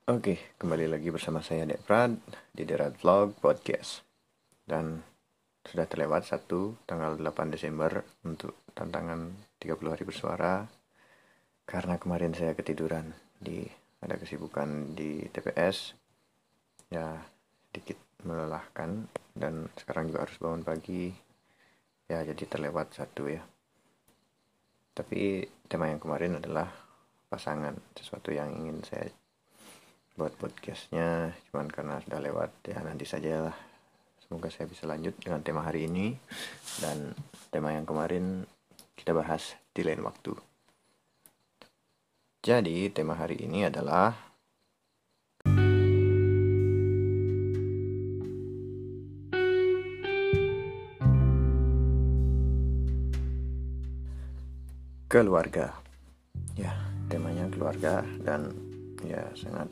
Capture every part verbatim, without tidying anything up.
Oke, kembali lagi bersama saya Dek Prad di Derat Vlog Podcast. Dan sudah terlewat satu tanggal delapan Desember untuk tantangan tiga puluh hari bersuara. Karena kemarin saya ketiduran di ada kesibukan di T P S. Ya, sedikit melelahkan dan sekarang juga harus bangun pagi. Ya, jadi terlewat satu ya. Tapi tema yang kemarin adalah pasangan, sesuatu yang ingin saya buat podcastnya, cuman karena sudah lewat ya nanti saja lah. Semoga saya bisa lanjut dengan tema hari ini, dan tema yang kemarin kita bahas di lain waktu. Jadi tema hari ini adalah keluarga. Ya, temanya keluarga dan ya sangat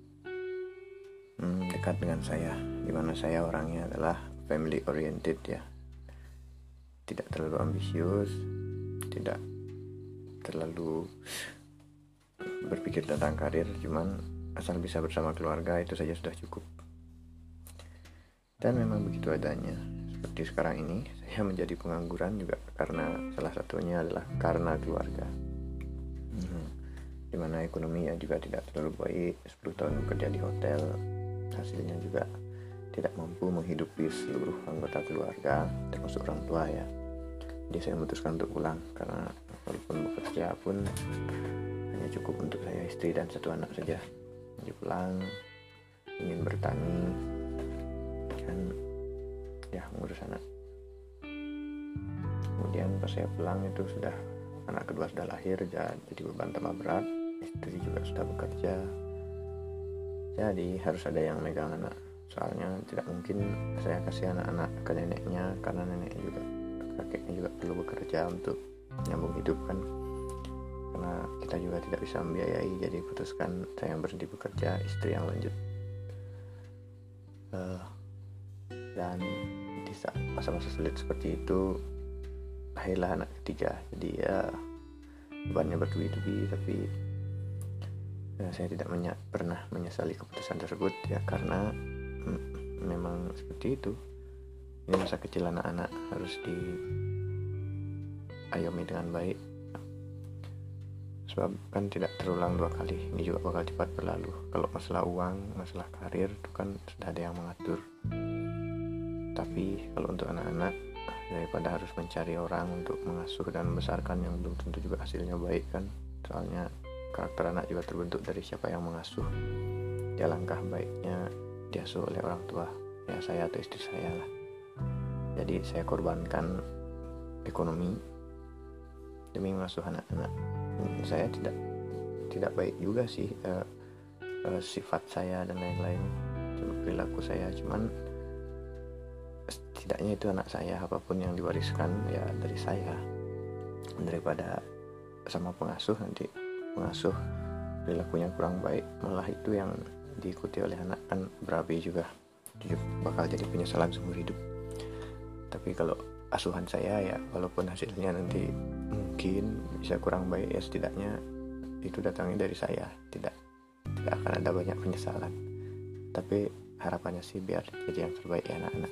hmm, dekat dengan saya, dimana saya orangnya adalah family oriented ya, tidak terlalu ambisius, tidak terlalu berpikir tentang karir, cuman asal bisa bersama keluarga itu saja sudah cukup. Dan memang begitu adanya. Seperti sekarang ini saya menjadi pengangguran juga karena salah satunya adalah karena keluarga. Hmm. Dimana ekonomi yang juga tidak terlalu baik, sepuluh tahun bekerja di hotel, hasilnya juga tidak mampu menghidupi seluruh anggota keluarga, termasuk orang tua ya. Jadi saya memutuskan untuk pulang, karena walaupun bekerja pun hanya cukup untuk saya, istri dan satu anak saja. Jadi pulang, ingin bertani dan ya mengurus anak. Kemudian pas saya pulang itu sudah anak kedua sudah lahir, jadi beban tambah berat, istri juga sudah bekerja, jadi harus ada yang megang anak. Soalnya tidak mungkin saya kasih anak-anak ke neneknya, karena neneknya juga, kakeknya juga perlu bekerja untuk nyambung hidup kan, karena kita juga tidak bisa membiayai. Jadi putuskan saya yang berhenti bekerja, istri yang lanjut. uh, dan di saat masa-masa sulit seperti itu lahirlah anak ketiga. Jadi ya bebannya bertubi-tubi, tapi ya, saya tidak menya- pernah menyesali keputusan tersebut ya, karena mm, memang seperti itu. Ini masa kecil anak-anak harus diayomi dengan baik, sebab kan tidak terulang dua kali. Ini juga bakal cepat berlalu. Kalau masalah uang, masalah karir itu kan sudah ada yang mengatur. Tapi kalau untuk anak-anak, daripada harus mencari orang untuk mengasuh dan membesarkan yang belum tentu juga hasilnya baik kan, soalnya karakter anak juga terbentuk dari siapa yang mengasuh. Ya langkah baiknya diasuh oleh orang tua, ya saya atau istri saya lah. Jadi saya korbankan ekonomi demi mengasuh anak-anak. Saya tidak tidak baik juga sih uh, uh, sifat saya dan lain-lain, perilaku saya, cuman setidaknya itu anak saya, apapun yang diwariskan ya dari saya, daripada sama pengasuh nanti pengasuh perilakunya kurang baik, malah itu yang diikuti oleh anak kan berapi juga, itu bakal jadi penyesalan seumur hidup. Tapi kalau asuhan saya ya, walaupun hasilnya nanti mungkin bisa kurang baik, ya setidaknya itu datangnya dari saya, tidak tidak akan ada banyak penyesalan. Tapi harapannya sih biar jadi yang terbaik ya anak-anak.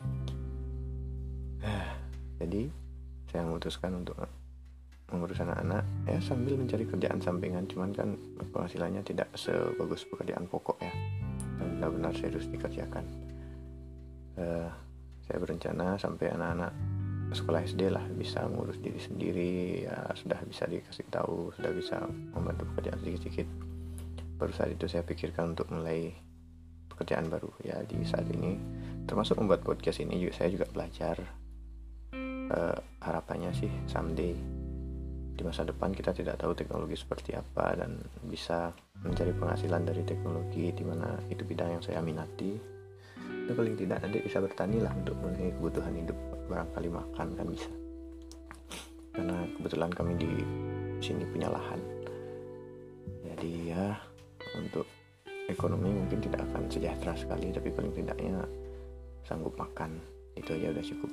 Jadi saya memutuskan untuk mengurus anak-anak ya sambil mencari kerjaan sampingan, cuman kan penghasilannya tidak sebagus pekerjaan pokok ya, yang benar-benar serius dikerjakan. uh, saya berencana sampai anak-anak sekolah S D lah bisa mengurus diri sendiri ya, sudah bisa dikasih tahu, sudah bisa membantu pekerjaan sedikit-sedikit. Baru saat itu saya pikirkan untuk mulai pekerjaan baru ya di saat ini, termasuk membuat podcast ini juga. Saya juga belajar. Uh, harapannya sih someday di masa depan kita tidak tahu teknologi seperti apa, dan bisa mencari penghasilan dari teknologi, di mana itu bidang yang saya minati. Itu paling tidak nanti bisa bertani lah untuk memenuhi kebutuhan hidup, barangkali makan kan bisa, karena kebetulan kami di sini punya lahan. Jadi ya untuk ekonomi mungkin tidak akan sejahtera sekali, tapi paling tidaknya sanggup makan, itu aja udah cukup.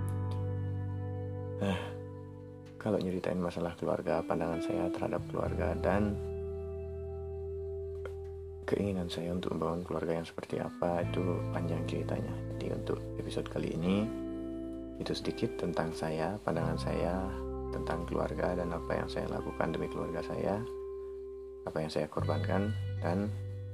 Nah, kalau nyeritain masalah keluarga, pandangan saya terhadap keluarga dan keinginan saya untuk membangun keluarga yang seperti apa itu panjang ceritanya. Jadi untuk episode kali ini itu sedikit tentang saya, pandangan saya tentang keluarga dan apa yang saya lakukan demi keluarga saya, apa yang saya korbankan, dan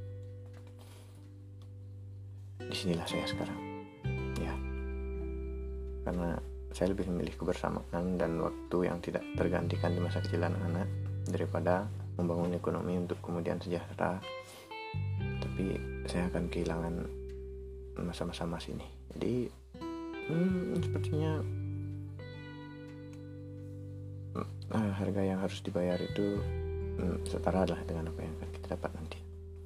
disinilah saya sekarang. Ya, karena saya lebih memilih kebersamaan dan waktu yang tidak tergantikan di masa kecil anak-anak daripada membangun ekonomi untuk kemudian sejahtera. Tapi saya akan kehilangan masa-masa emas ini. Jadi hmm, sepertinya hmm, harga yang harus dibayar itu hmm, setara lah dengan apa yang akan kita dapat nanti.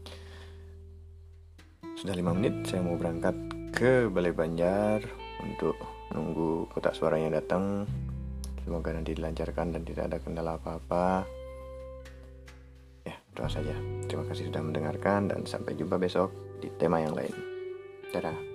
Sudah lima menit, saya mau berangkat ke Balai Banjar untuk nunggu kotak suaranya datang. Semoga nanti dilancarkan dan tidak ada kendala apa-apa. Ya, doa saja. Terima kasih sudah mendengarkan dan sampai jumpa besok di tema yang lain. Dadah.